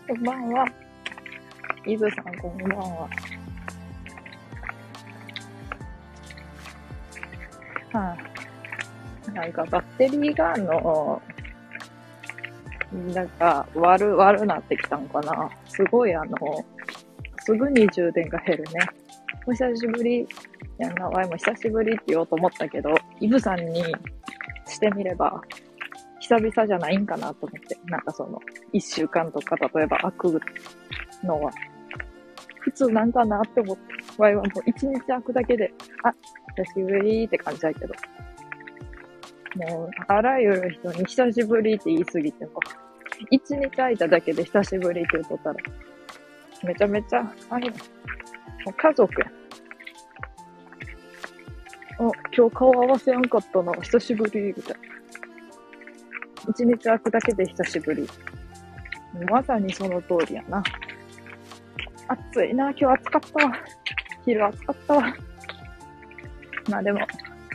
こんばんは。イブさん、こんばんは。なんかバッテリーがなんか悪なってきたんかな。すごいすぐに充電が減るね。お久しぶり。やな、わいも久しぶりって言おうと思ったけど、イブさんにしてみれば、久々じゃないんかなと思って。なんか一週間とか、例えば開くのは、普通なんかなって思って。わいはもう一日開くだけで、あ、久しぶりって感じだけど。もう、あらゆる人に久しぶりって言いすぎても、一日空いただけで久しぶりって言っとったら、めちゃめちゃ、もう家族や。今日顔合わせやんかったな、久しぶり、みたいな。一日空くだけで久しぶり。まさにその通りやな。暑いな、今日暑かったわ。昼暑かったわ。まあでも、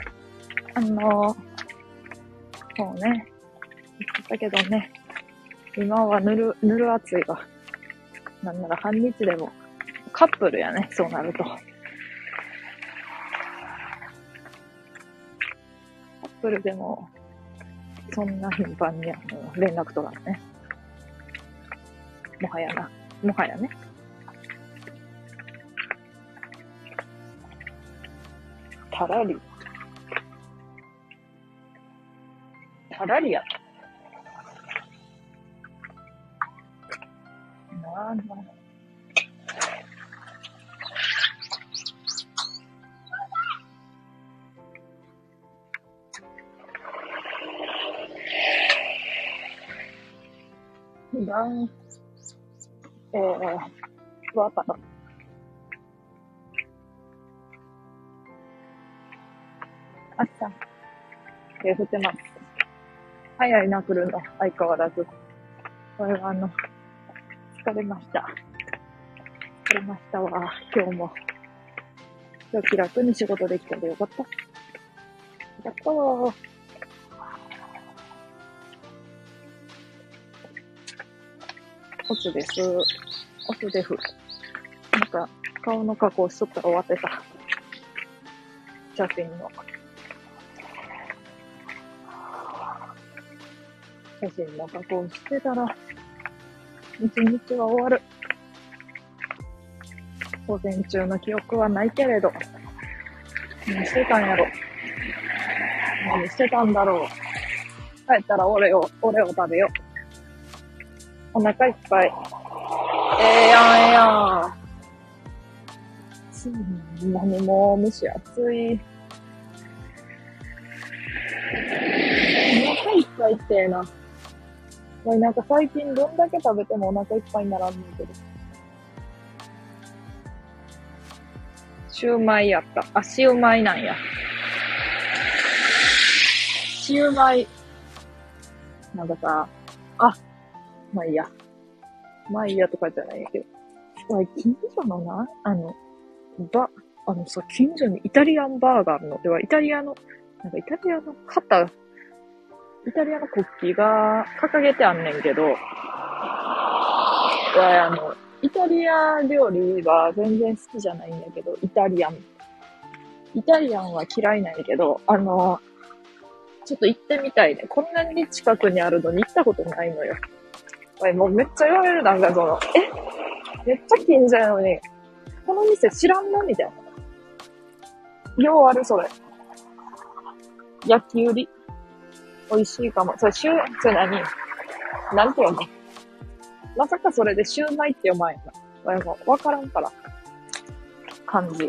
そうね。だけどね、今はぬる暑いわ。なんなら半日でも、カップルやね、そうなると。カップルでも、そんな頻繁に連絡取らんね。もはやね。たらりや。なんだ。わかった。朝、降ってます。早いな、来るの。相変わらず。これは疲れました。疲れましたわ、今日も。今日気楽に仕事できたでよかった。やったー。オスです。オスデフ。なんか、顔の加工しとったら終わってた。写真の。写真の加工してたら、一日は終わる。午前中の記憶はないけれど、何してたんやろ。何してたんだろう。帰ったらオレを食べよう。お腹いっぱい。ええやん。何も蒸し暑い。お腹いっぱいってな。なんか最近どんだけ食べてもお腹いっぱいにならんねんけど。シューマイやった。あ、シューマイなんや。シューマイ。なんかさ、まあいいや。まあいいやとかじゃないんやけど。近所のな、近所にイタリアンバーがあるの。では、イタリアの国旗が掲げてあんねんけど、イタリア料理は全然好きじゃないんだけど、イタリアンは嫌いなんやけど、ちょっと行ってみたいね。こんなに近くにあるのに行ったことないのよ。もうめっちゃ言われる、なんかめっちゃ近所やのに、この店知らんのみたいな。ようある、それ。焼き売り。美味しいかも。それ何なんて読むの？まさかそれでシューマイって読まんやな。わからんから。漢字。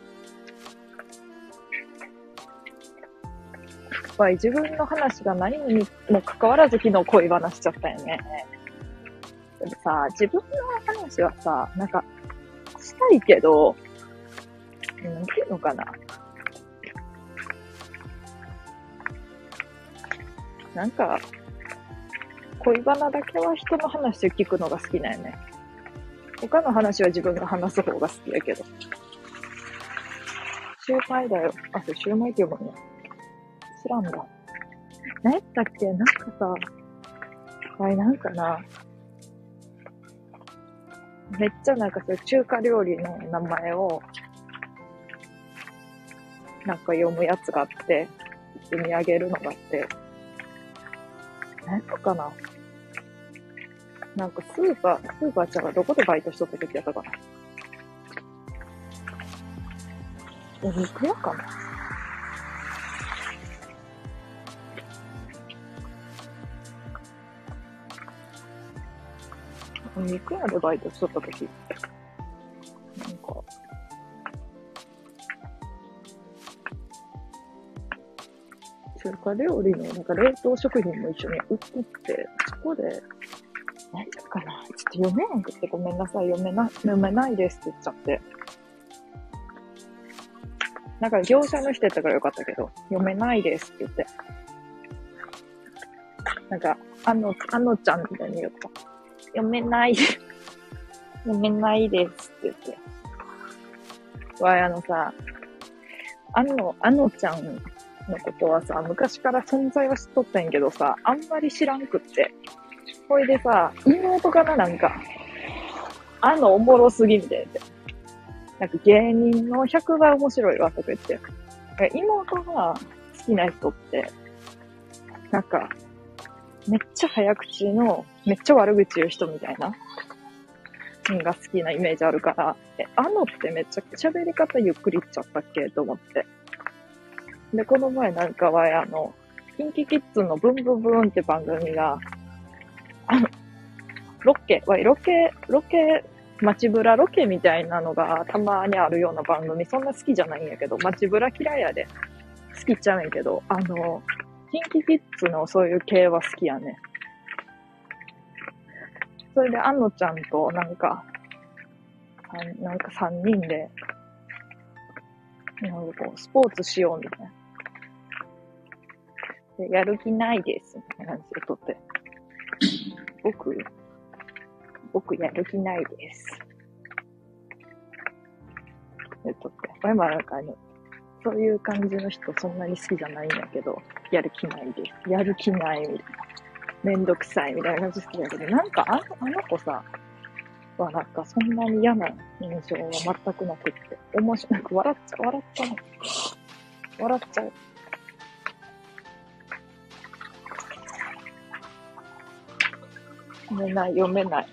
自分の話が何にも関わらず昨日恋話しちゃったよね。でもさ、自分の話はさ、なんか、したいけど、なんていうのかな。なんか、恋バナだけは人の話を聞くのが好きなんよね。他の話は自分が話す方が好きやけど。シューマイだよ。それシューマイって読むのね。知らんだ。何やったっけ？なんかさ、なんかな。 めっちゃなんかそういう中華料理の名前をなんか読むやつがあって、読み上げるのがあって、何とかな、なんかスーパーちゃんがどこでバイトしとった時やったかな。お肉屋かな。お肉屋でバイトしとった時、なんか、中華料理のなんか冷凍食品も一緒に売ってって、そこで、何ていうかな、ちょっと読めなくてごめんなさい、読めないですって言っちゃって。なんか業者の人やったからよかったけど、読めないですって言って。なんか、あのちゃんみたいに言った。読めないですって言って。さ、あのちゃんのことはさ、昔から存在は知っとったんやけどさ、あんまり知らんくって。ほいでさ、妹かな、なんか、おもろすぎみたいな。なんか芸人の100倍面白いわとか言って。妹が好きな人って、なんか、めっちゃ早口の、めっちゃ悪口言う人みたいな、が好きなイメージあるから、ってめっちゃ喋り方ゆっくり言っちゃったっけと思って。で、この前なんかは、キンキキッズのブンブンブンって番組が、ロケ、街ブラロケみたいなのがたまにあるような番組、そんな好きじゃないんやけど、街ブラ嫌いやで。好きっちゃうんやけど、キンキキッズのそういう系は好きやね。それで、ちゃんとなんか3人で、なんかこう、スポーツしようみたいな。で、やる気ないです、みたいな感じで撮って。僕やる気ないです。で、撮って。これもなんかそういう感じの人そんなに好きじゃないんだけど、やる気ないです。やる気ないみたいな。めんどくさいみたいな感じ好きだけど、なんかあの子さ、はなんかそんなに嫌な印象は全くなくって、面白い、なんか笑っちゃう。読めない。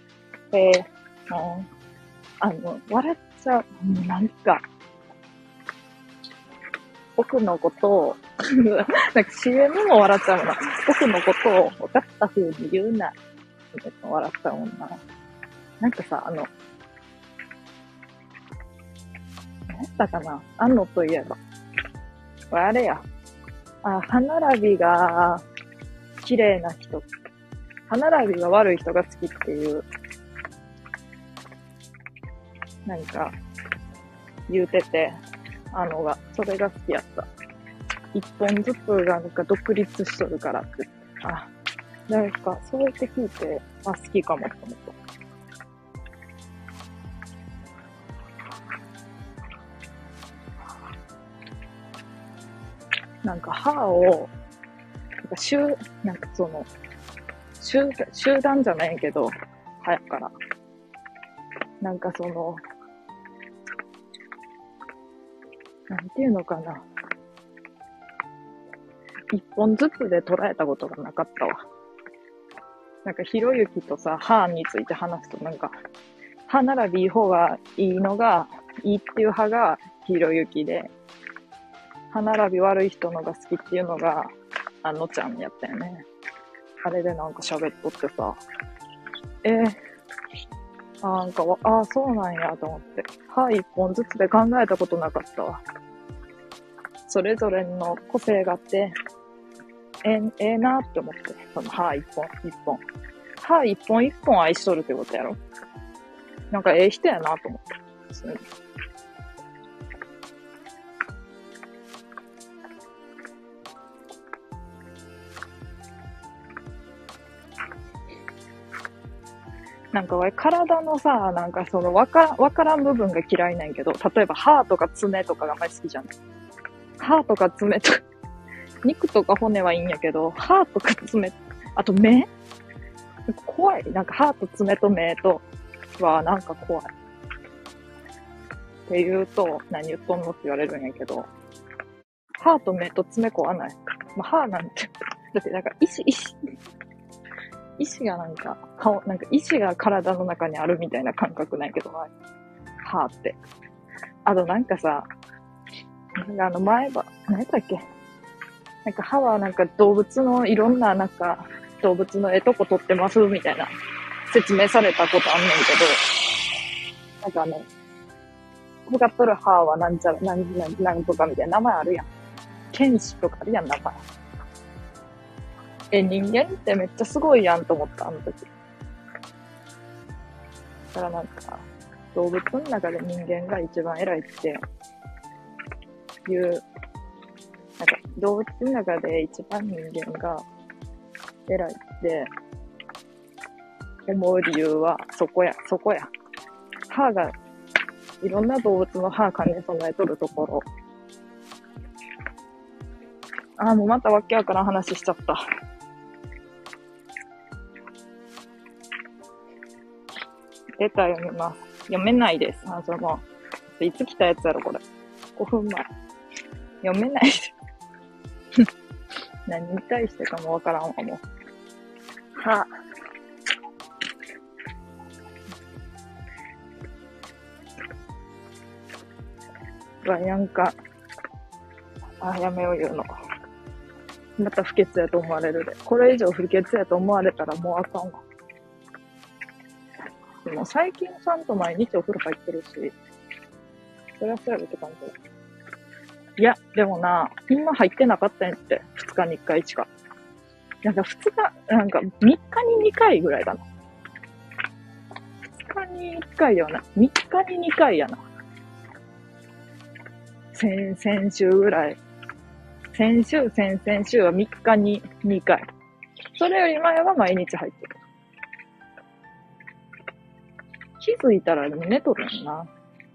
笑っちゃう。なんか、僕のことを、なんか CM も笑っちゃうな。僕のことを分かった風に言うな。笑っちゃうもんな。なんかさ、何やったかな、といえば。これあれや。歯並びが綺麗な人。歯並びが悪い人が好きっていう、なんか、言うてて、それが好きやった。一本ずつがなんか独立しとるからって。なんか、そうやって聞いて、好きかもと思った。なんか歯を、なんか集団じゃないけど、歯やから。なんかなんていうのかな。一本ずつで捉えたことがなかったわ。なんか、ひろゆきとさ、歯について話すとなんか、歯並びいい方がいいのが、いいっていう歯がひろゆきで、歯並び悪い人のが好きっていうのが、ちゃんやったよね。あれでなんか喋っとってさ、なんか、そうなんやと思って。歯一本ずつで考えたことなかったわ。それぞれの個性があって、ええなって思って。その歯一本一本。歯一本一本愛しとるってことやろ。なんか人やなと思って。なんか体のさ、なんかわからん部分が嫌いなんやけど、例えば歯とか爪とかがあんまり好きじゃない。歯とか爪とか、肉とか骨はいいんやけど、歯とか爪、あと目怖い。なんか歯と爪と目と、 はなんか怖い。って言うと、何言っとんのって言われるんやけど、歯と目と爪怖ない。まあ、歯なんて、だってなんか意志がなんか、なんか意志が体の中にあるみたいな感覚なんやけどな、歯って。あとなんかさ、なんか何やったっけ、なんか歯はなんか動物のいろんななんか動物のとこ撮ってますみたいな説明されたことあんねんけど、なんか使っとる歯はなんちゃら、なんとかみたいな名前あるやん。剣士とかあるやん、名前。人間ってめっちゃすごいやんと思った、あの時。だからなんか、動物の中で人間が一番偉いっていう、なんか動物の中で一番人間が偉いって思う理由はそこや。歯が、いろんな動物の歯兼ね備えとるところ。もうまたわけわからん話しちゃった。レター読みます。読めないです。いつ来たやつやろ、これ。5分前。読めないです。何に対してかもわからんわ、もう。なんか、やめよう言うの。また不潔やと思われるで。これ以上不潔やと思われたらもうあかんわ。でも最近ちゃんと毎日お風呂入ってるし、それはそうやるって感じだ。いや、でもな、今入ってなかったんやって。2日に1回しか。なんか3日に2回ぐらいだな。2日に1回やな。3日に2回やな。先週ぐらい。先々週は3日に2回。それより前は毎日入ってる。気づいたらでも寝とるんな。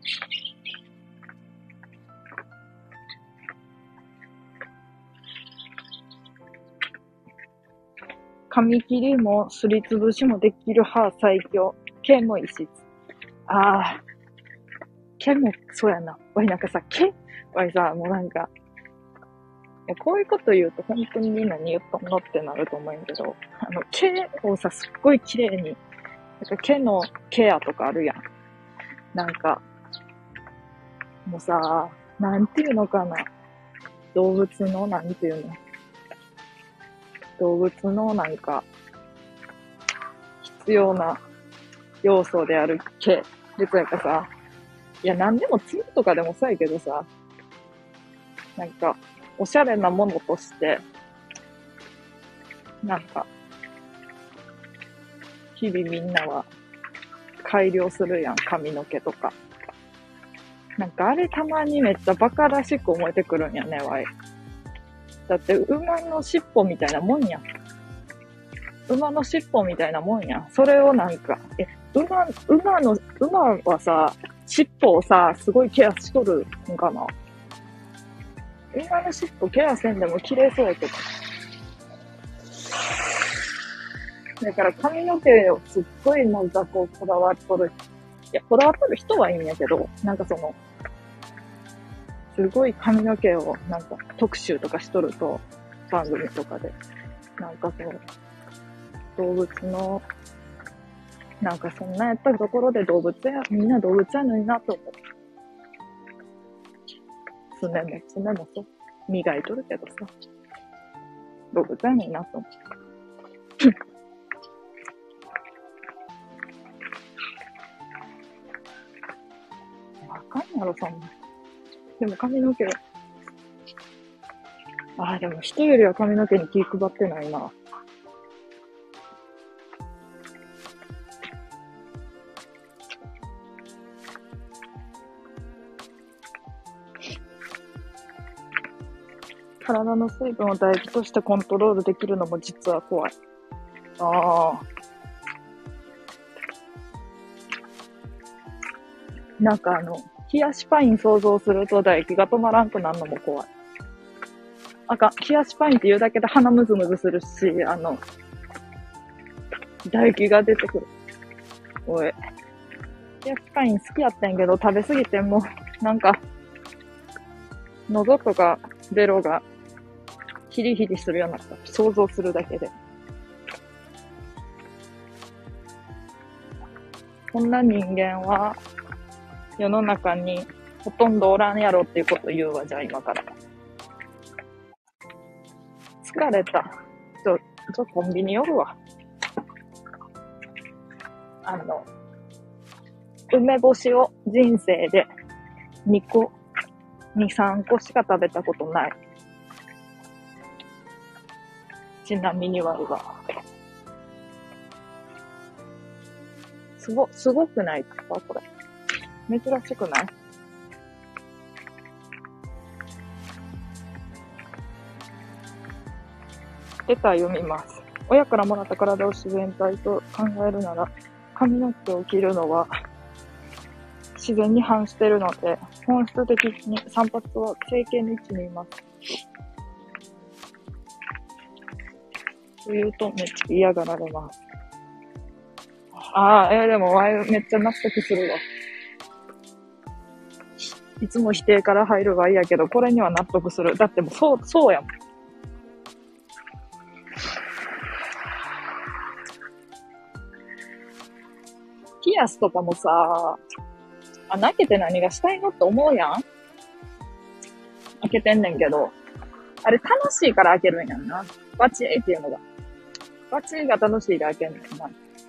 髪切りもすりつぶしもできる歯最強。毛も異質。毛もそうやな。なんかさ、もうなんか、こういうこと言うと本当にみんなに言っとんのってなると思うんやけど、毛をさ、すっごい綺麗に、なんか毛のケアとかあるやん。なんか、もうさ、なんていうのかな。動物の、なんていうの。動物のなんか、必要な要素である毛。別やからさ、いや、なんでも爪とかでもそうやけどさ、なんか、おしゃれなものとして、なんか、日々みんなは改良するやん、髪の毛とか。なんかあれたまにめっちゃバカらしく思えてくるんやね、わい。だって馬の尻尾みたいなもんやん。馬の尻尾みたいなもんやん。それをなんか、馬はさ、尻尾をさ、すごいケアしとるんかな。馬の尻尾ケアせんでも綺麗そうやけど。だから髪の毛をすっごいなんかこだわっとる。いや、こだわっとる人はいいんやけど、なんかすごい髪の毛をなんか特集とかしとると、番組とかで。なんか動物の、なんかそんなやったところでみんな動物やのになと思う。爪もそう。磨いとるけどさ。動物やのになと思う。わかんやろ、そんな。でも髪の毛、でも人よりは髪の毛に気配ってないな。体の水分を唾液としてコントロールできるのも実は怖い。なんか冷やしパイン想像すると唾液が止まらんくなるのも怖い。冷やしパインって言うだけで鼻ムズムズするし、唾液が出てくる。おい。 焼きパイン好きやったんやけど、食べ過ぎてもう、なんか、喉とかベロがヒリヒリするようになった。想像するだけで。こんな人間は世の中にほとんどおらんやろっていうこと言うわ、じゃあ今から。疲れた。コンビニ寄るわ。梅干しを人生で2個、2、3個しか食べたことない。ちなみにはすごくないですかこれ。珍しくない？レター読みます。親からもらった体を自然体と考えるなら、髪の毛を切るのは自然に反しているので、本質的に散髪は整形の位置にいます。と言うとめっちゃ嫌がられます。でもめっちゃ納得するわ。いつも否定から入るわ嫌やけど、これには納得する。だってもうそうやもん。ピアスとかもさ、開けて何がしたいのって思うやん？開けてんねんけど、あれ楽しいから開けるんやんな。バチーっていうのが。バチーが楽しいで開けんねんな。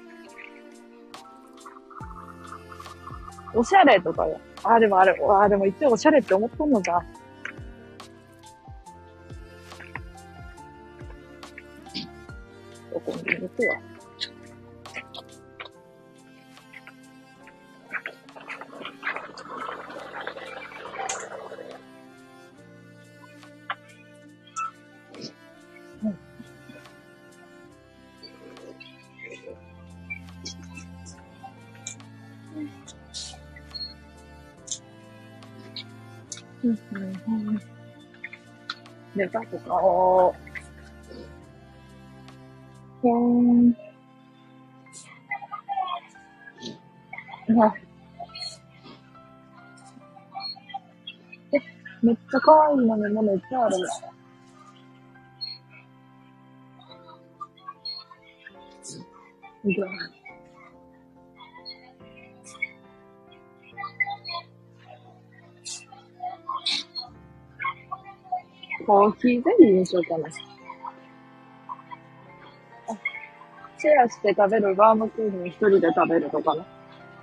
おしゃれとかよ。でも一応おしゃれって思っとんのか。コンビニ行くわ。レタとかを、めっちゃ可愛いのにもめっちゃある。コーヒーゼリーにしようかな。シェアして食べるバームクーヘン一人で食べるとかね。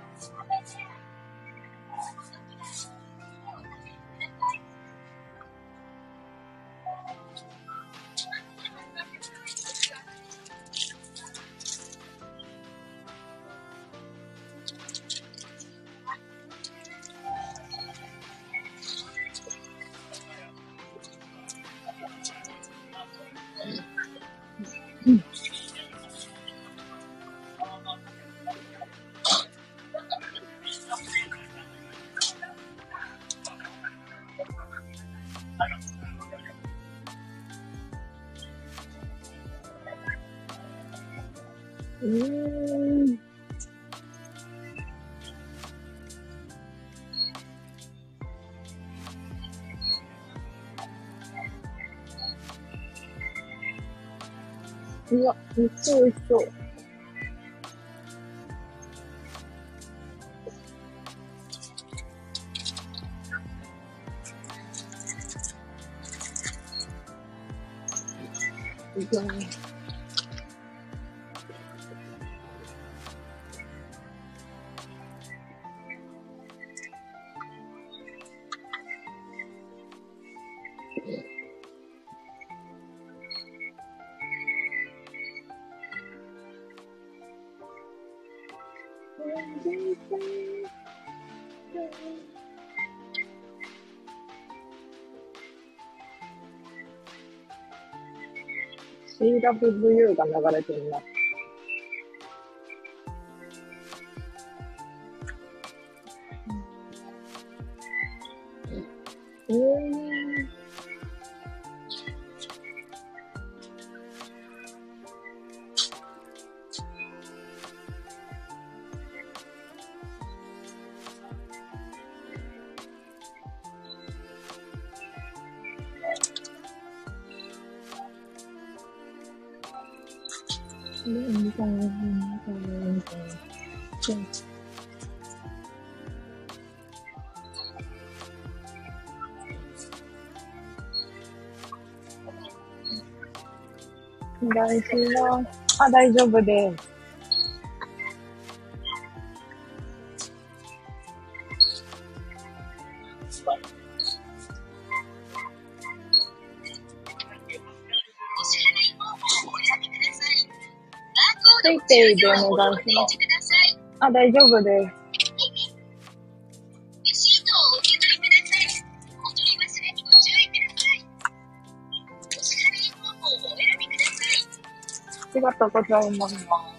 うわ、めっちゃ美味しそう。CWU が流れてるな。 お願いします。あ、大丈夫です。ペイペイでお願いします。あ、大丈夫です。ありがとうございます。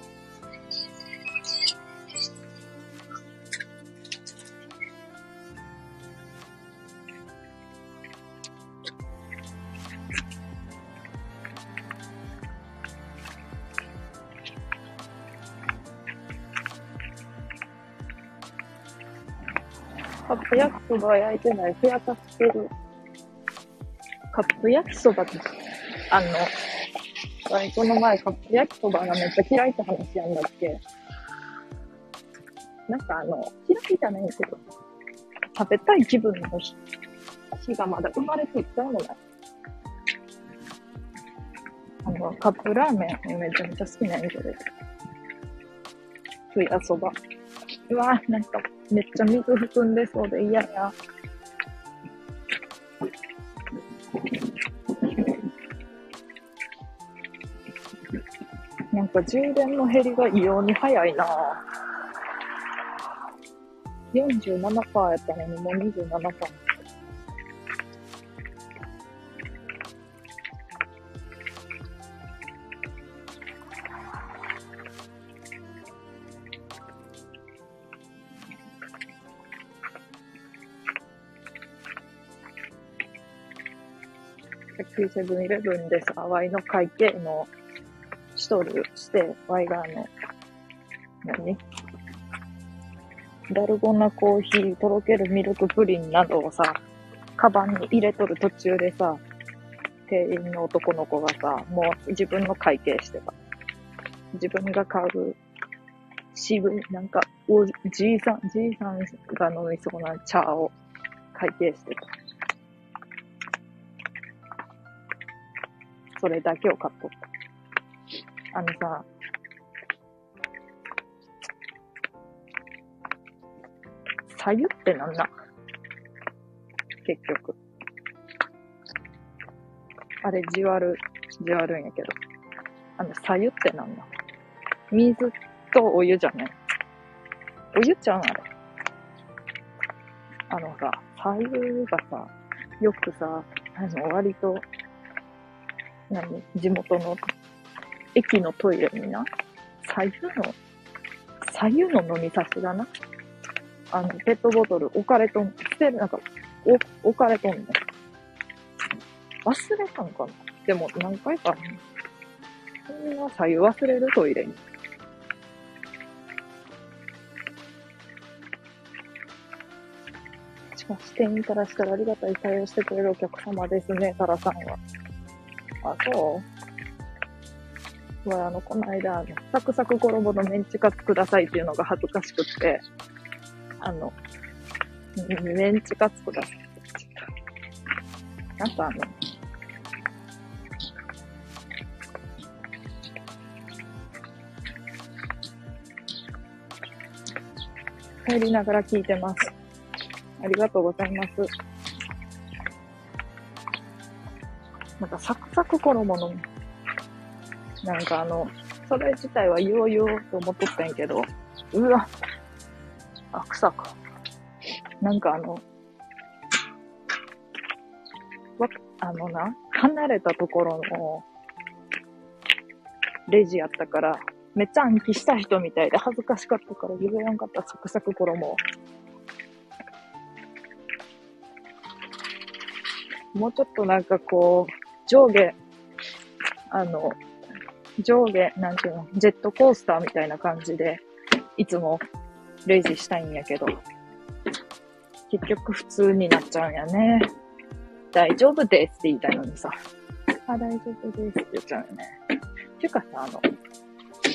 カップ焼きそば焼いてない。ふやかしてる。カップ焼きそばって、この前カップ焼きそばがめっちゃ嫌いって話やんだっけ。なんか嫌いじゃないんですけど、食べたい気分の日がまだ生まれていったのが、カップラーメンめちゃめちゃ好きなんやけど、ふやそば。うわなんかめっちゃ水含んでそうで嫌や。なんか充電の減りが異様に早いなぁ。47% やったのにもう 27%。セブンイレブンでさ、ワイの会計のしとるして、ワイがダルゴナコーヒー、とろけるミルクプリンなどをさ、カバンに入れとる途中でさ、店員の男の子がさ、もう自分の会計してた。自分が買うなんか、じいさんが飲みそうな茶を会計してた。それだけを買っとった。さ、左右ってなんだ結局。あれ、じわるんやけど。左右ってなんだ水とお湯じゃねお湯ちゃんあれ。さ、左右がさ、よくさ、割と、地元の駅のトイレにな、左右の飲み差しがな、ペットボトル置かれとん、置かれとんねん。忘れたんかなでも何回か、そんな左右忘れるトイレに。しかし、店員からしたらありがたい対応してくれるお客様ですね、タラさんは。あ、そうこの間、サクサク衣のメンチカツくださいっていうのが恥ずかしくって、メンチカツくださいって言っちゃった。なんか帰りながら聞いてます。ありがとうございます。なんかサクサク衣の、なんかそれ自体は言おうと思っとったんやけど、うわ、草か。なんか離れたところのレジやったから、めっちゃ暗記した人みたいで恥ずかしかったから言えなかった、サクサク衣を。もうちょっとなんかこう、上下、なんていうの、ジェットコースターみたいな感じで、いつもレジしたいんやけど、結局普通になっちゃうんやね。大丈夫ですって言いたいのにさ、大丈夫ですって言っちゃうよね。ていうかさ、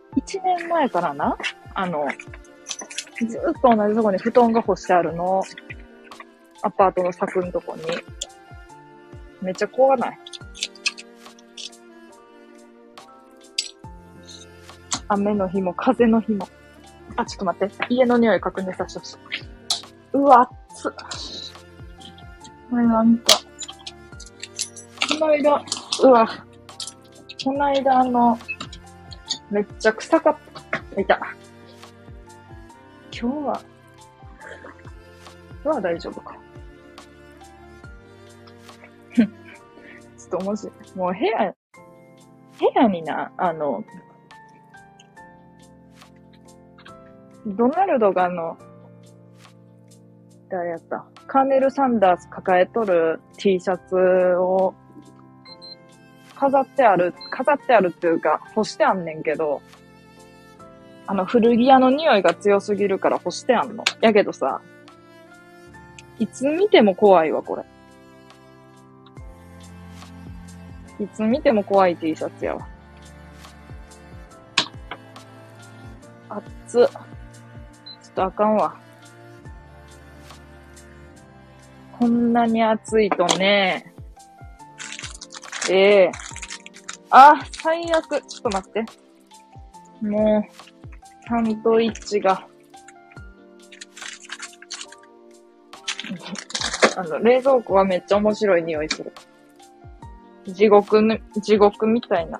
1年前からな、ずっと同じとこに布団が干してあるの。アパートの柵のとこに。めっちゃ怖ない？雨の日も風の日も。あ、ちょっと待って。家の匂い確認させてほしい。うわ、熱っ。これなんか、この間、うわ、この間めっちゃ臭かった。いた。今日は大丈夫か。ちょっと面白い。もう部屋にな、ドナルドが誰やったカーネル・サンダース抱えとる T シャツを飾ってあるっていうか、干してあんねんけど、古着屋の匂いが強すぎるから干してあんの。やけどさ、いつ見ても怖いわ、これ。いつ見ても怖い T シャツやわ。熱っ。ちょっとあかんわ。こんなに暑いとね。あ、最悪。ちょっと待って。もう、サンドイッチが。冷蔵庫はめっちゃ面白い匂いする。地獄みたいな。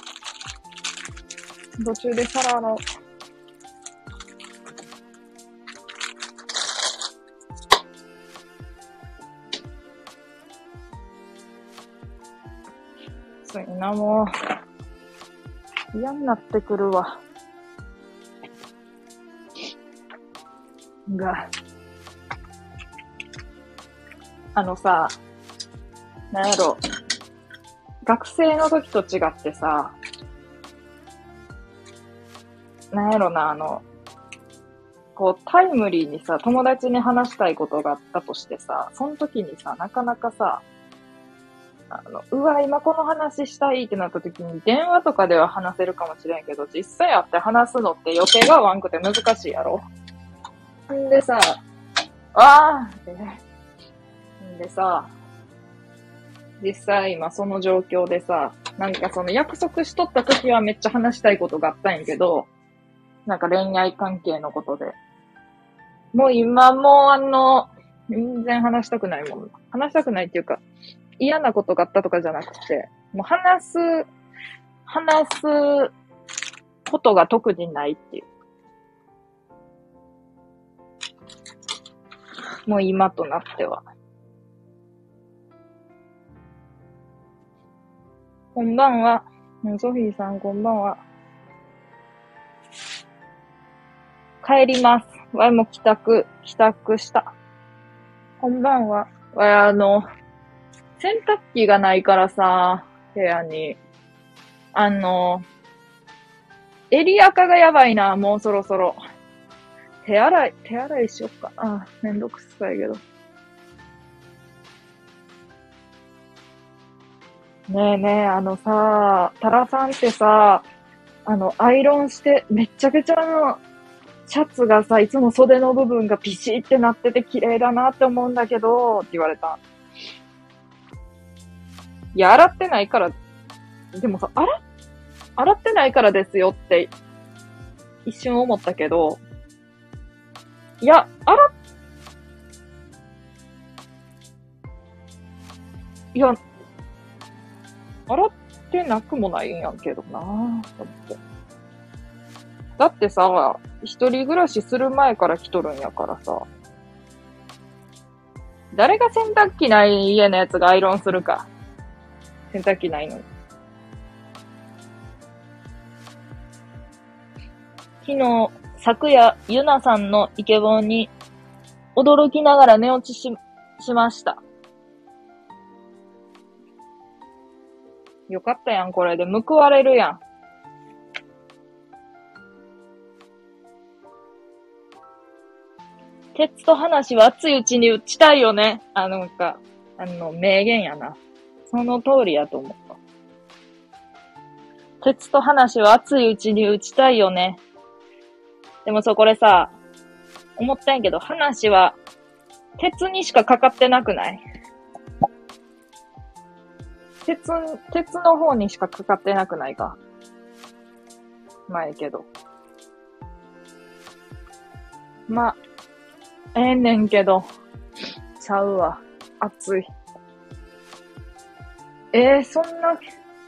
途中で皿洗おう。ついな、もう。嫌になってくるわ。さ、なんやろ。学生の時と違ってさ、なんやろな、こう、タイムリーにさ、友達に話したいことがあったとしてさ、その時にさ、なかなかさ、うわ、今この話したいってなった時に、電話とかでは話せるかもしれんけど、実際会って話すのって予定が合わんくて難しいやろ。んでさ、でさ、実際今その状況でさ、なんかその約束しとった時はめっちゃ話したいことがあったんやけど、なんか恋愛関係のことで。もう今も全然話したくないもん。話したくないっていうか、嫌なことがあったとかじゃなくて、もう話すことが特にないっていう。もう今となっては。こんばんは。ソフィーさんこんばんは。帰ります。わいも帰宅した。こんばんは。わい洗濯機がないからさ、部屋に。エリア化がやばいな、もうそろそろ。手洗いしよっかな。めんどくさいけど。ねえねえ、タラさんってさ、アイロンして、めっちゃくちゃシャツがさ、いつも袖の部分がピシってなってて綺麗だなって思うんだけど、って言われた。いや、洗ってないから、でもさ、洗ってないからですよって一瞬思ったけど、いや、いや、洗ってなくもないんやけどなぁ、と思って。だってさ、一人暮らしする前から来とるんやからさ、誰が洗濯機ない家のやつがアイロンするか。洗濯機ないのに。昨夜、ゆなさんのイケボに驚きながら寝落ちしました。よかったやん、これで報われるやん。鉄と話は熱いうちに打ちたいよね。名言やな。その通りやと思った。 鉄と話は熱いうちに打ちたいよね。でもこれさ、思ったんやけど、話は鉄にしかかかってなくない？鉄の方にしかかかってなくないか。まあけど。まあ、ええねんけど、ちゃうわ。熱い。そんな、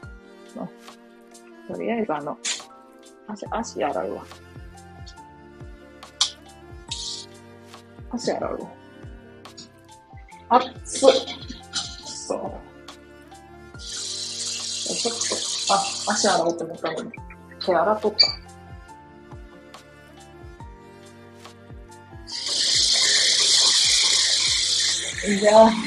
とりあえず足洗うわ。足洗うわ。熱っ。そう。ちょっと、足洗おうと思ったのに、手洗っとった。じゃあ、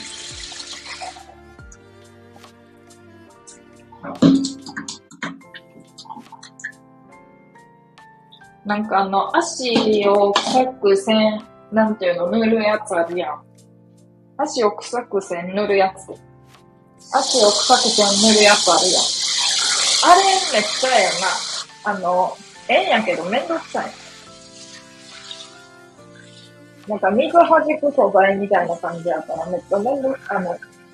なんか足を臭くせん、なんていうの、塗るやつあるやん。足を臭くせん塗るやつ。足を臭くせん塗るやつあるやん。あれめっちゃええな。ええんやけどめんどくさい。なんか水弾く素材みたいな感じやからめっちゃめんどくさい。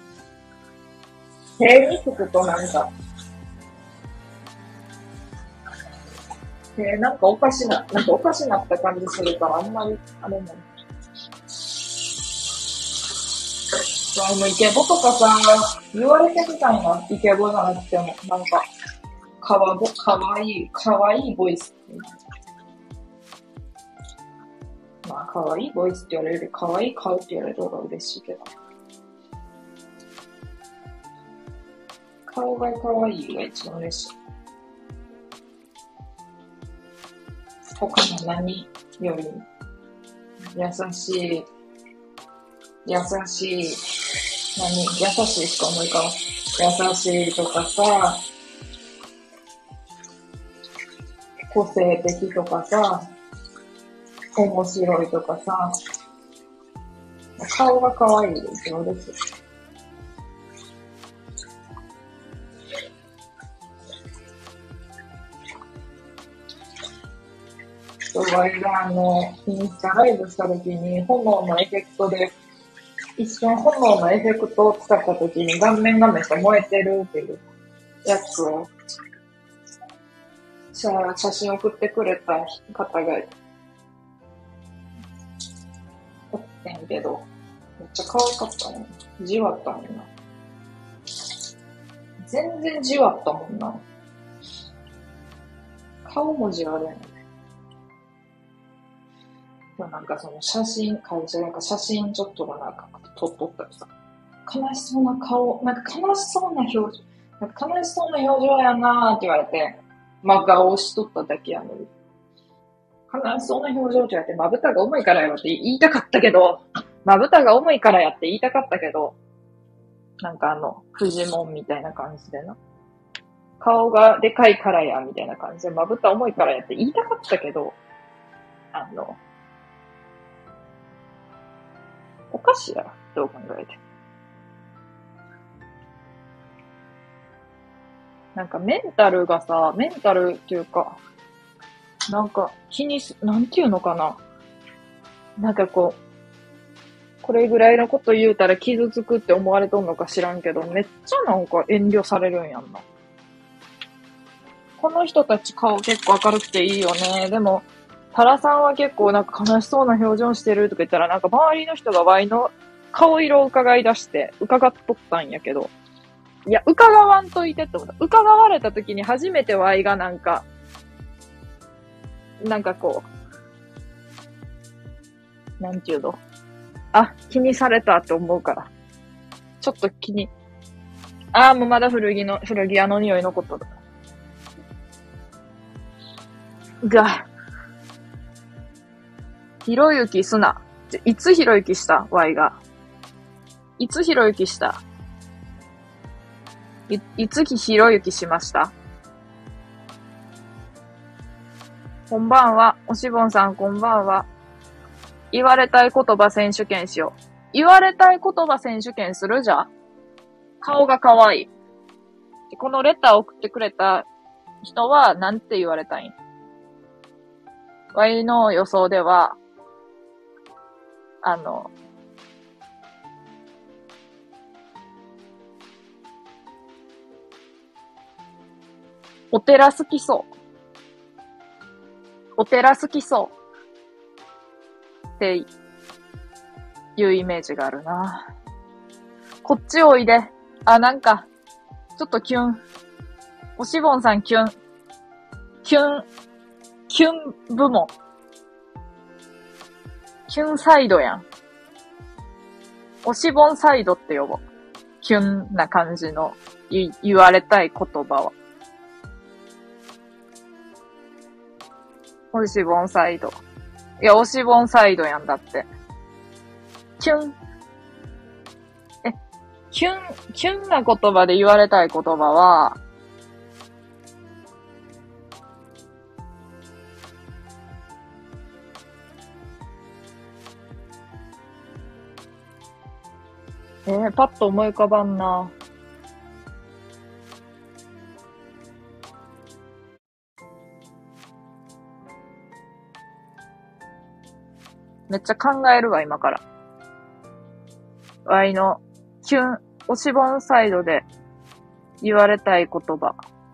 手につくとなんか、なんかおかしなった感じするからあんまり、あれも。イケボとかさ、言われてみたいな、イケボじゃなくても、なんか、かわいいボイスっていう。まあ、かわいいボイスって言われるより、かわいい顔って言われる方が嬉しいけど。顔がかわいいが一番嬉しい。他の何より、優しい、優しいしか思いかわ。優しいとかさ、個性的とかさ、面白いとかさ、顔が可愛いですよ、です。ワイがインスタライブした時に炎のエフェクトで、一瞬炎のエフェクトを使った時に顔面がめっちゃ燃えてるっていうやつを、写真送ってくれた方がおってんけど、めっちゃ可愛かったね。じわったもんな。全然じわったもんな。顔もじわるやん。なんかその写真、会社なんか写真ちょっとなんか撮っとったらさ、悲しそうな顔、なんか悲しそうな表情、なんか悲しそうな表情やなーって言われて、真顔しとっただけやのに。悲しそうな表情って言われて、まぶたが重いからやろって言いたかったけど、まぶたが重いからやって言いたかったけど、なんかフジモンみたいな感じでな。顔がでかいからや、みたいな感じで、まぶた重いからやって言いたかったけど、おかしいやろ、どう考えて。なんかメンタルっていうか、なんかなんていうのかな。なんかこれぐらいのこと言うたら傷つくって思われとんのか知らんけど、めっちゃなんか遠慮されるんやんな。この人たち顔結構明るくていいよね。でも、タラさんは結構なんか悲しそうな表情してるとか言ったらなんか周りの人がワイの顔色を伺い出して伺っとったんやけど、いや、伺わんといてって思った。伺われた時に初めてワイがなんかこう、なんていうの？気にされたって思うから。ちょっともうまだ古着屋の匂い残っとる。ひろゆきすな。いつひろゆきしたワイが。いつひろゆきしたいつひろゆきしました？こんばんは。おしぼんさんこんばんは。言われたい言葉選手権しよう。言われたい言葉選手権するじゃん。顔が可愛い。このレターを送ってくれた人はなんて言われたいん？ワイの予想では、あの、お寺好きそう。お寺好きそうっていうイメージがあるな。こっちおいで。あ、なんか、ちょっとキュン。おしぼんさんキュン。キュン、キュン部門。キュンサイドやん。おしぼんサイドって呼ぼう。キュンな感じの言われたい言葉は。おしぼんサイド。いや、おしぼんサイドやんだって。キュン。キュンな言葉で言われたい言葉は、パッと思い浮かばんな。めっちゃ考えるわ、今から。ワイの、キュン、おしぼんサイドで言われたい言葉。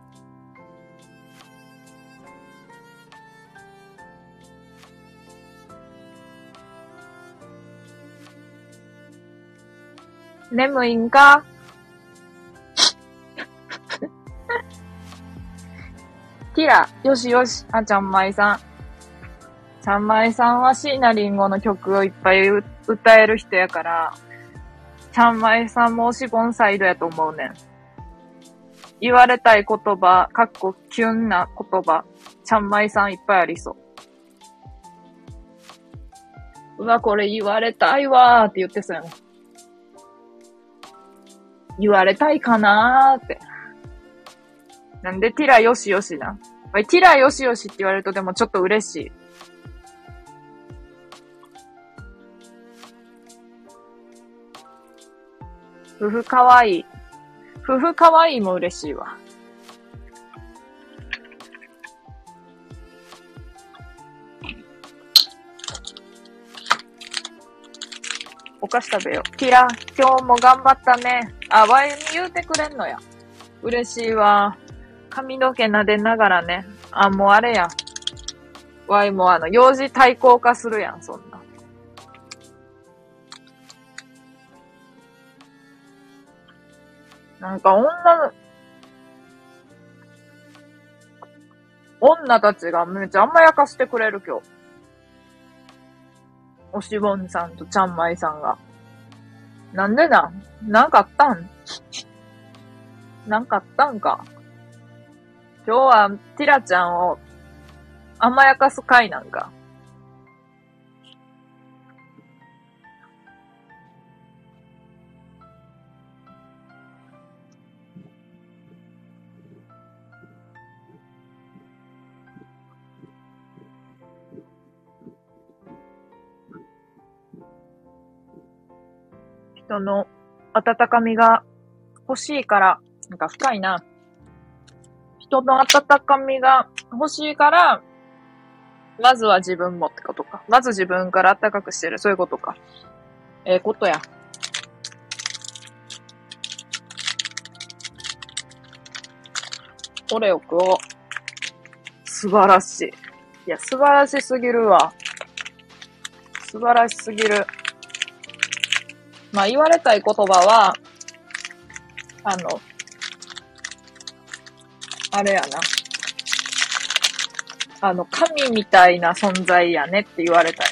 眠いんか？ティラ、よしよし、ちゃんまいさん。ちゃんまいさんは椎名林檎の曲をいっぱい歌える人やから、ちゃんまいさんもおしぼんサイドやと思うねん。言われたい言葉、かっこキュンな言葉、ちゃんまいさんいっぱいありそう。うわ、これ言われたいわーって言ってそうやね。言われたいかなーって。なんでティラよしよしな。ティラよしよしって言われるとでもちょっと嬉しい。夫婦かわいい。夫婦かわいいも嬉しいわ。お菓子食べよう。ティラ、今日も頑張ったね。あ、ワイに言うてくれんのや。嬉しいわ。髪の毛撫でながらね。あ、もうあれや。ワイも幼児対抗化するやん、そんな。なんか女たちがめっちゃ甘やかしてくれる今日。おしぼんさんとちゃんまいさんが。なんでなんかあったん？なんかあったんか。今日はティラちゃんを甘やかす回なんか。人の温かみが欲しいから、なんか深いな。人の温かみが欲しいから、まずは自分もってことか。まず自分から温かくしてる。そういうことか。ことや。オレオクを。素晴らしい。いや、素晴らしすぎるわ。素晴らしすぎる。まあ、言われたい言葉は、あれやな。神みたいな存在やねって言われたい。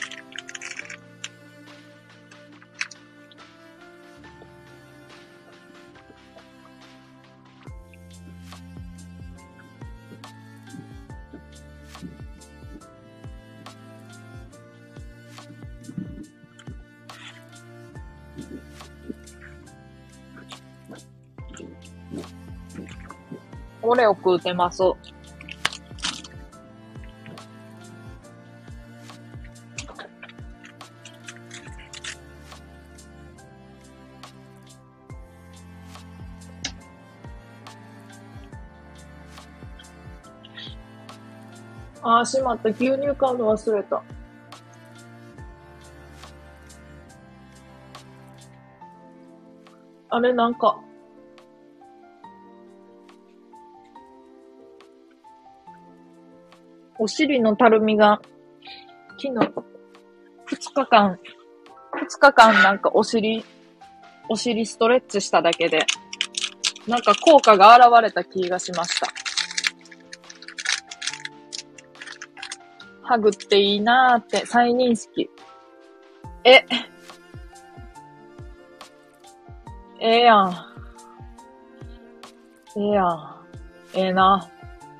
オレオ食うてます。 ああ、しまった。牛乳買うの忘れた。あれなんか、お尻のたるみが、昨日、2日間、2日間なんかお尻ストレッチしただけで、なんか効果が現れた気がしました。ハグっていいなーって再認識。え、ええやん。ええやん。ええな。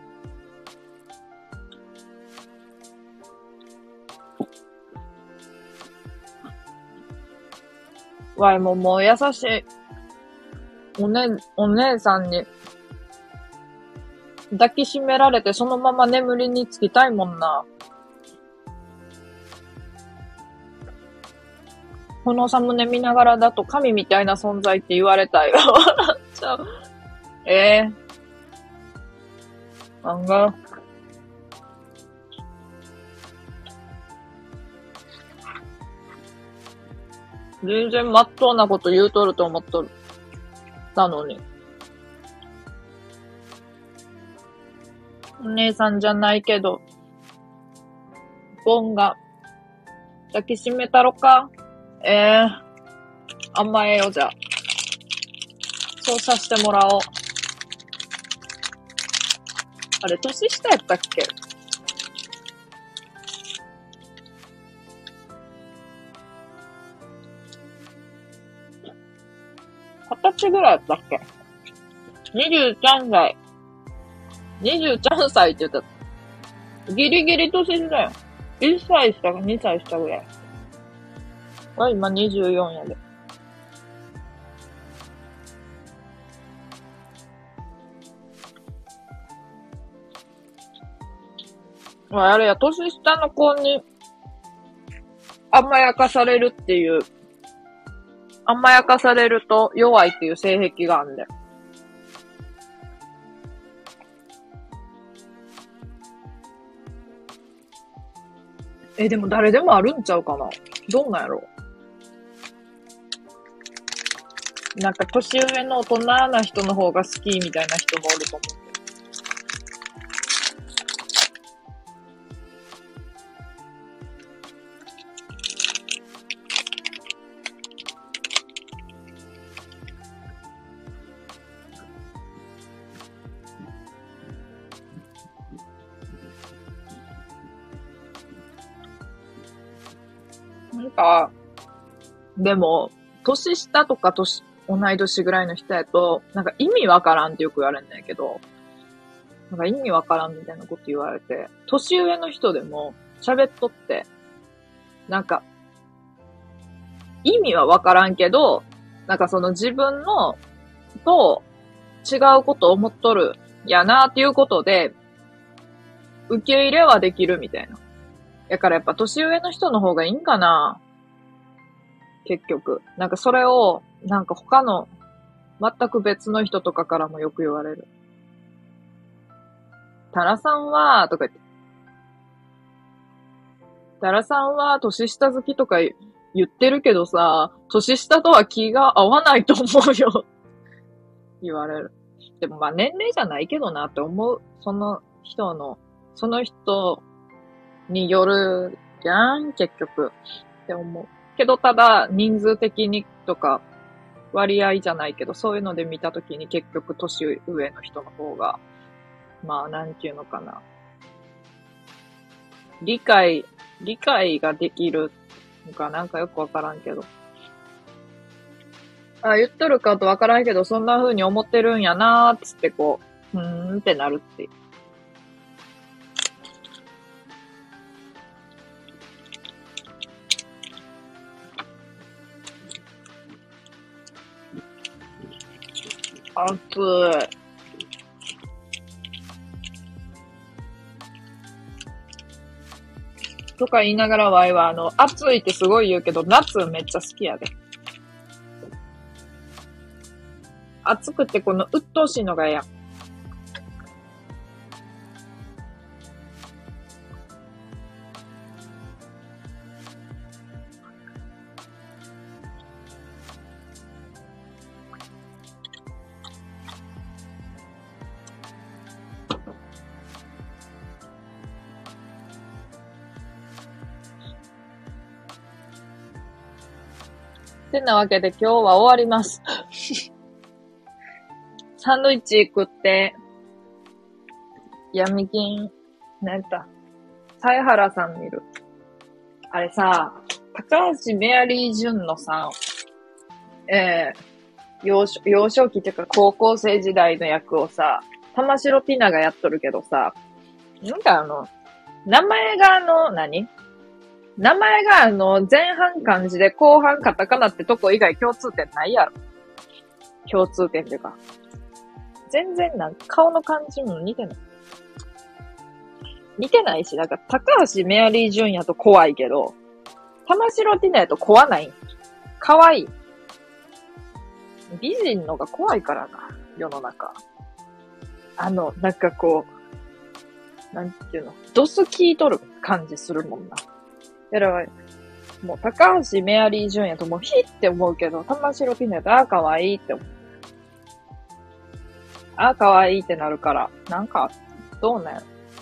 わいもう優しいお姉さんに抱きしめられてそのまま眠りにつきたいもんな。このサムネ見ながらだと神みたいな存在って言われたいよ。笑っちゃう。漫画。全然まっとうなこと言うとると思っとる。なのに。お姉さんじゃないけど、ボンが抱きしめたろか。甘えよ、じゃあ。そうさせてもらおう。あれ、年下やったっけ？20歳ぐらいやったっけ？ 23 歳。23歳って言った。ギリギリ年下よ。1歳下か2歳下ぐらい。今24やで。あれや、年下の子に甘やかされるっていう、甘やかされると弱いっていう性癖があるんだよ。でも誰でもあるんちゃうかな？どんなんやろ？なんか年上の大人な人の方が好きみたいな人もおると思う。なんか、でも、年下とか同い年ぐらいの人やと、なんか意味わからんってよく言われるんだけど、なんか意味わからんみたいなこと言われて、年上の人でも喋っとって、なんか、意味はわからんけど、なんかその自分のと違うことを思っとるやなっていうことで、受け入れはできるみたいな。だからやっぱ年上の人の方がいいんかな、結局。なんかそれを、なんか他の全く別の人とかからもよく言われる。タラさんは、とか言って。タラさんは年下好きとか言ってるけどさ、年下とは気が合わないと思うよ。言われる。でもまあ年齢じゃないけどなって思う。その人によるじゃん、結局。って思う。けどただ人数的にとか割合じゃないけど、そういうので見たときに結局年上の人の方が、まあなんていうのかな。理解ができるのかなんかよくわからんけど。言っとるかとわからんけど、そんな風に思ってるんやなーっつってこう、ってなるって。熱い。とか言いながらワイは暑いってすごい言うけど、夏めっちゃ好きやで。暑くてこの鬱陶しいのが嫌。 てなわけで今日は終わります。サンドイッチ食って、闇金、なんやった。犀原さん見る。あれさ、高橋メアリージュンのさ、幼少期っていうか高校生時代の役をさ、玉城ティナがやっとるけどさ、なんか名前が名前が前半漢字で後半カタカナってとこ以外共通点ないやろ。共通点っていうか。全然顔の感じも似てない。似てないし、なんか高橋メアリージュンやと怖いけど、玉城ティナやと怖ない。可愛い。美人のが怖いからな、世の中。なんかこう、なんていうの、ドス聞いとる感じするもんな。やらばい。もう、高橋メアリージュンやともう、ヒって思うけど、玉城ティナやと、ああ、可愛いって思う。ああ、可愛いってなるから、なんか、どうなんやろ。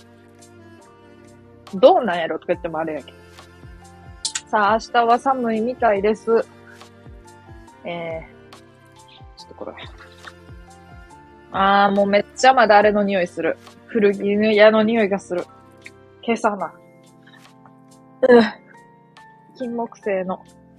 どうなんやろとか言ってもあれやけど。さあ、明日は寒いみたいです。ちょっとこれ。もうめっちゃまだあれの匂いする。古着屋の匂いがする。今朝な。金木犀の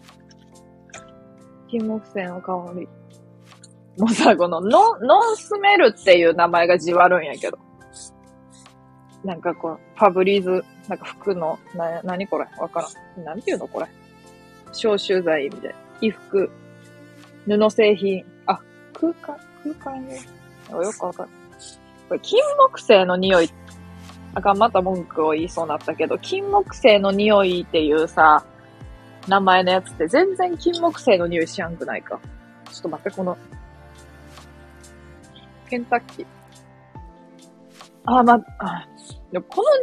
香り。もうさ、このノンスメルっていう名前がじわるんやけど。なんかこう、ファブリーズ、なんか服の、何これわからん。なんていうのこれ。消臭剤みたいな。衣服、布製品。空間よ。よくわかる。これ、金木犀の匂い。また文句を言いそうになったけど、金木犀の匂いっていうさ、名前のやつって全然金木犀の匂いしやんくないか。ちょっと待って、ケンタッキー。でも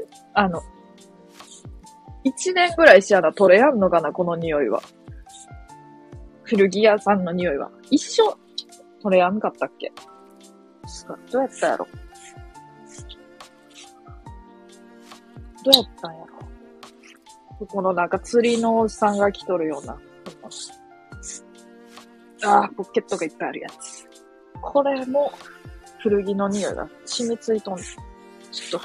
1年ぐらいしやな、取れやんのかな、この匂いは。古着屋さんの匂いは。一生、取れやんかったっけ？どうやったやろ？どうやったんやろ？このなんか釣りのおっさんが来とるような。ポケットがいっぱいあるやつ。これも古着の匂いが染みついとんねん。ちょっ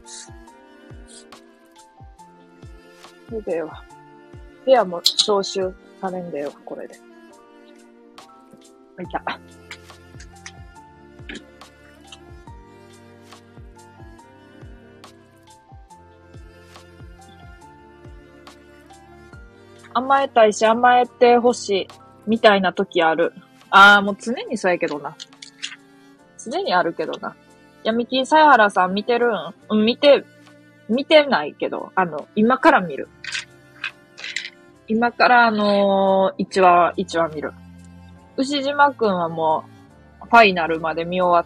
と。では。部屋も消臭されんでよ、これで。いた。甘えたいし甘えてほしいみたいな時ある。もう常にそうやけどな。常にあるけどな。闇金さやはらさん見てるん？見てないけど、今から見る。今から1話見る。牛島くんはもう、ファイナルまで見終わ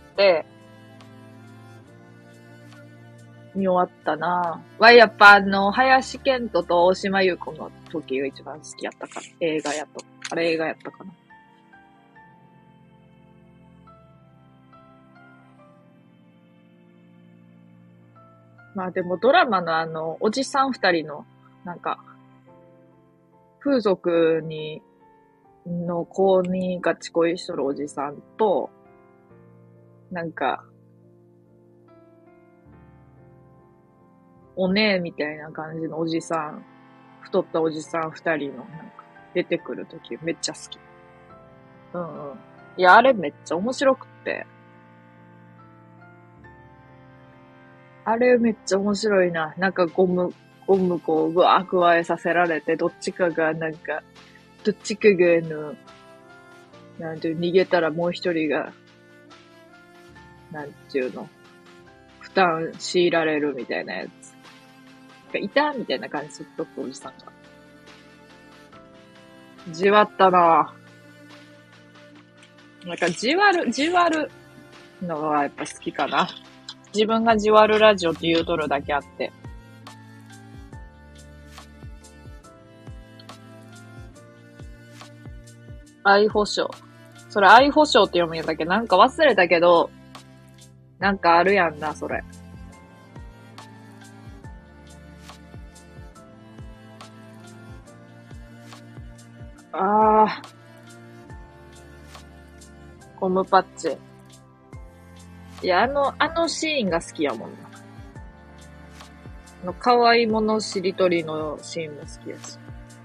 ったなぁ。やっぱ林遣都と大島優子の時が一番好きやったから。映画やったかな。まあでもドラマのおじさん二人の、なんか、風俗の子にガチ恋しとるおじさんと、なんか、お姉みたいな感じのおじさん、太ったおじさん二人のなんか出てくるときめっちゃ好き。うんうん。いや、あれめっちゃ面白くって。あれめっちゃ面白いな。なんかゴムこう、ぐわー加えさせられて、どっちかがなんていう、逃げたらもう一人が、なんていうの、負担強いられるみたいなやつ。いたみたいな感じすっとくおじさんが。じわったなぁ。なんかじわるのがやっぱ好きかな。自分がじわるラジオって言うとるだけあって。愛保証。それ愛保証って読むんだけど、なんか忘れたけど、なんかあるやんな、それ。 ゴムパッチ。いや、あのシーンが好きやもんな。可愛いものしりとりのシーンも好きやし。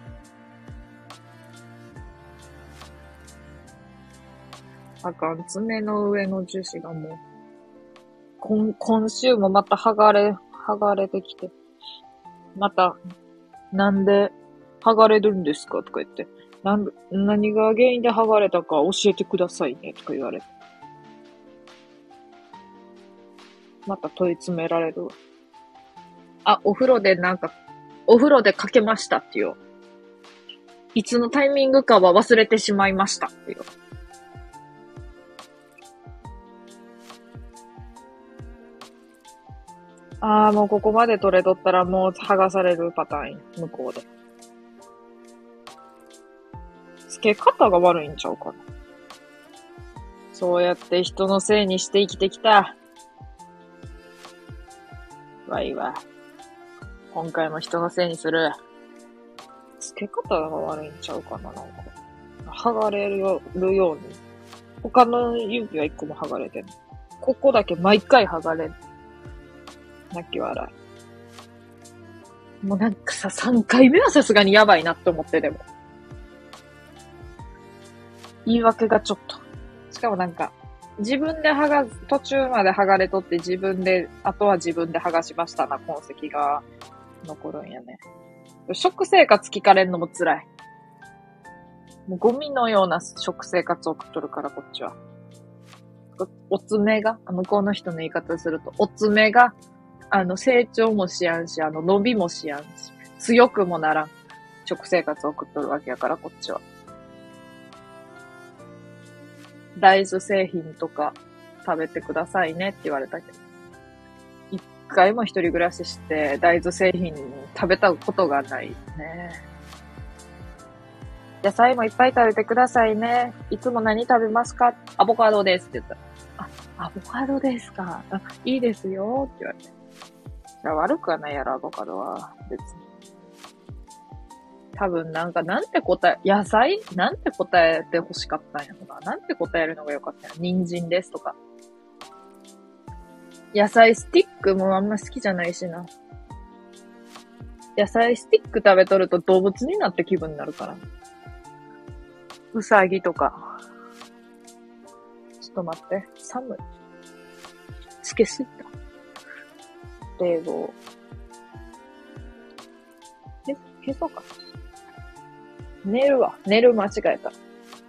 あかん、爪の上の樹脂がもう、今週もまた剥がれてきて。また、なんで剥がれるんですかとか言って。何が原因で剥がれたか教えてくださいねとか言われて。また問い詰められるわ。あ、お風呂でかけましたっていう。いつのタイミングかは忘れてしまいましたっていう。もうここまで取れとったらもう剥がされるパターン、向こうで。付け方が悪いんちゃうかな。そうやって人のせいにして生きてきた。わいわ。今回も人のせいにする。付け方が悪いんちゃうかな、なんか。剥がれるように。他の指は一個も剥がれてんの。ここだけ毎回剥がれん。泣き笑い。もうなんかさ、3回目はさすがにやばいなって思って、でも。言い訳がちょっと。しかもなんか、自分で途中まで剥がれとってあとは自分で剥がしましたな、痕跡が残るんやね。食生活聞かれんのも辛い。もうゴミのような食生活を送っとるから、こっちは。お爪が、向こうの人の言い方すると、お爪が、成長もしやんし、伸びもしやんし、強くもならん。食生活を送っとるわけやから、こっちは。大豆製品とか食べてくださいねって言われたけど。一回も一人暮らしして大豆製品食べたことがないね。野菜もいっぱい食べてくださいね。いつも何食べますか？アボカドですって言ったら。アボカドですか。いいですよって言われて。いや、悪くはないやろ、アボカドは。別に。多分なんて野菜なんて答えて欲しかったんやろな。なんて答えるのがよかったんや。人参ですとか。野菜スティックもあんま好きじゃないしな。野菜スティック食べとると動物になって気分になるから。うさぎとか。ちょっと待って。寒い。つけすぎた。冷房。消そうか。寝るわ。寝る間違えた。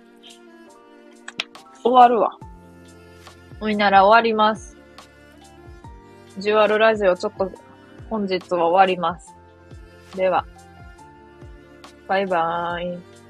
終わるわ。おいなら終わります。ジュアルラジオちょっと本日は終わります。では、バイバーイ。